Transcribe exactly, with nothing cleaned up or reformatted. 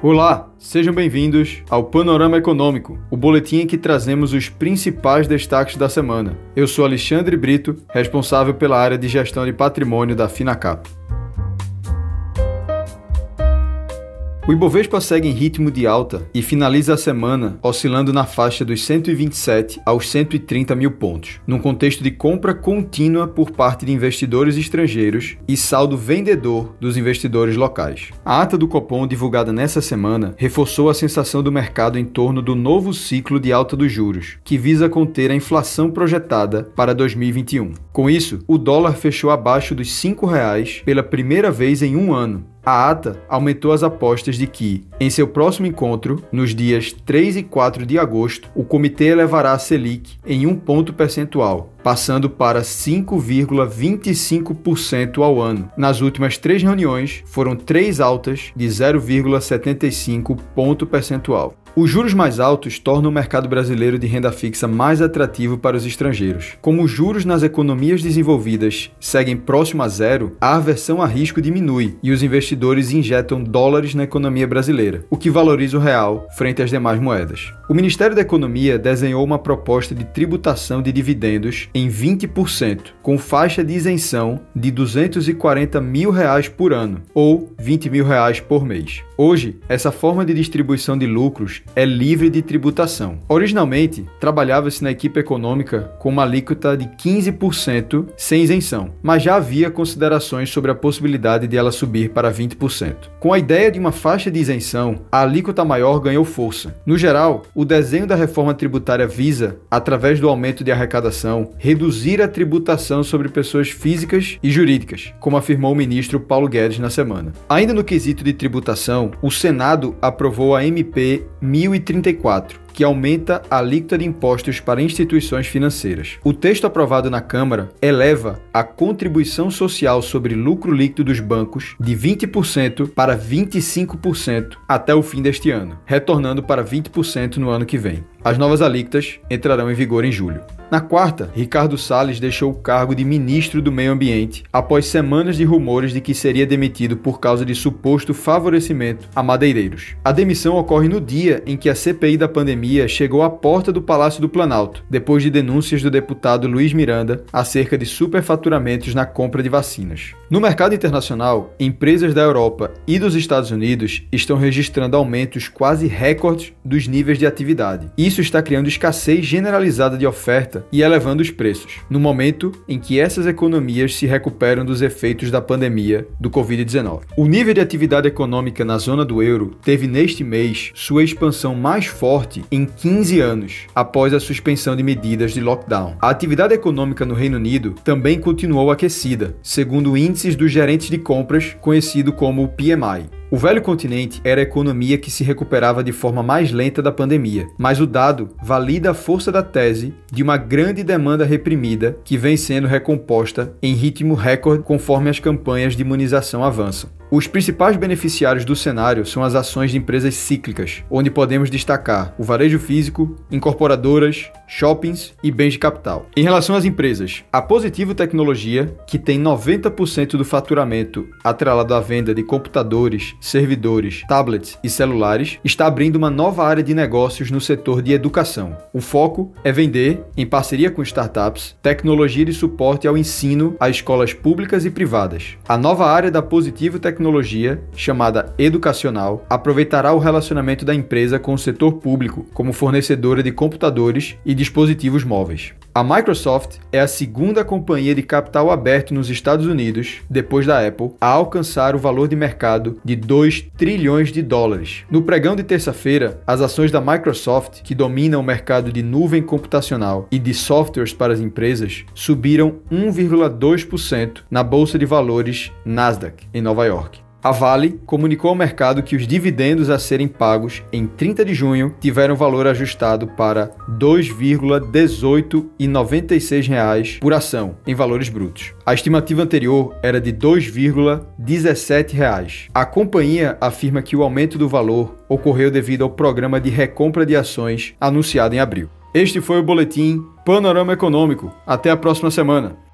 Olá, sejam bem-vindos ao Panorama Econômico, o boletim em que trazemos os principais destaques da semana. Eu sou Alexandre Brito, responsável pela área de gestão de patrimônio da Finacap. O Ibovespa segue em ritmo de alta e finaliza a semana oscilando na faixa dos cento e vinte e sete aos cento e trinta mil pontos, num contexto de compra contínua por parte de investidores estrangeiros e saldo vendedor dos investidores locais. A ata do Copom, divulgada nessa semana, reforçou a sensação do mercado em torno do novo ciclo de alta dos juros, que visa conter a inflação projetada para dois mil e vinte e um. Com isso, o dólar fechou abaixo dos cinco reais pela primeira vez em um ano. A ata aumentou as apostas de que, em seu próximo encontro, nos dias três e quatro de agosto, o comitê elevará a Selic em um ponto percentual, passando para cinco vírgula vinte e cinco por cento ao ano. Nas últimas três reuniões, foram três altas de zero vírgula setenta e cinco ponto percentual. Os juros mais altos tornam o mercado brasileiro de renda fixa mais atrativo para os estrangeiros. Como os juros nas economias desenvolvidas seguem próximo a zero, a aversão a risco diminui e os investidores injetam dólares na economia brasileira, o que valoriza o real frente às demais moedas. O Ministério da Economia desenhou uma proposta de tributação de dividendos em vinte por cento, com faixa de isenção de duzentos e quarenta mil reais por ano, ou vinte mil reais por mês. Hoje, essa forma de distribuição de lucros é livre de tributação. Originalmente, trabalhava-se na equipe econômica com uma alíquota de quinze por cento sem isenção, mas já havia considerações sobre a possibilidade de ela subir para vinte por cento. Com a ideia de uma faixa de isenção, a alíquota maior ganhou força. No geral, o desenho da reforma tributária visa, através do aumento de arrecadação, reduzir a tributação sobre pessoas físicas e jurídicas, como afirmou o ministro Paulo Guedes na semana. Ainda no quesito de tributação, o Senado aprovou a M P mil e trinta e quatro, que aumenta a alíquota de impostos para instituições financeiras. O texto aprovado na Câmara eleva a contribuição social sobre lucro líquido dos bancos de vinte por cento para vinte e cinco por cento até o fim deste ano, retornando para vinte por cento no ano que vem. As novas alíquotas entrarão em vigor em julho. Na quarta, Ricardo Salles deixou o cargo de ministro do Meio Ambiente após semanas de rumores de que seria demitido por causa de suposto favorecimento a madeireiros. A demissão ocorre no dia em que a C P I da pandemia chegou à porta do Palácio do Planalto, depois de denúncias do deputado Luiz Miranda acerca de superfaturamentos na compra de vacinas. No mercado internacional, empresas da Europa e dos Estados Unidos estão registrando aumentos quase recordes dos níveis de atividade. Isso está criando escassez generalizada de oferta e elevando os preços, no momento em que essas economias se recuperam dos efeitos da pandemia do covid dezenove. O nível de atividade econômica na zona do euro teve neste mês sua expansão mais forte em quinze anos, após a suspensão de medidas de lockdown. A atividade econômica no Reino Unido também continuou aquecida, segundo índices dos gerentes de compras, conhecido como P M I. O velho continente era a economia que se recuperava de forma mais lenta da pandemia, mas o dado valida a força da tese de uma grande demanda reprimida que vem sendo recomposta em ritmo recorde conforme as campanhas de imunização avançam. Os principais beneficiários do cenário são as ações de empresas cíclicas, onde podemos destacar o varejo físico, incorporadoras, shoppings e bens de capital. Em relação às empresas, a Positivo Tecnologia, que tem noventa por cento do faturamento atrelado à venda de computadores, servidores, tablets e celulares, está abrindo uma nova área de negócios no setor de educação. O foco é vender, em parceria com startups, tecnologia de suporte ao ensino a escolas públicas e privadas. A nova área da Positivo Tecnologia Tecnologia, chamada Educacional, aproveitará o relacionamento da empresa com o setor público como fornecedora de computadores e dispositivos móveis. A Microsoft é a segunda companhia de capital aberto nos Estados Unidos, depois da Apple, a alcançar o valor de mercado de dois trilhões de dólares. No pregão de terça-feira, as ações da Microsoft, que dominam o mercado de nuvem computacional e de softwares para as empresas, subiram um vírgula dois por cento na Bolsa de Valores Nasdaq, em Nova York. A Vale comunicou ao mercado que os dividendos a serem pagos em trinta de junho tiveram valor ajustado para dois vírgula dezoito e noventa e seis reais por ação, em valores brutos. A estimativa anterior era de dois vírgula dezessete reais. A companhia afirma que o aumento do valor ocorreu devido ao programa de recompra de ações anunciado em abril. Este foi o boletim Panorama Econômico. Até a próxima semana.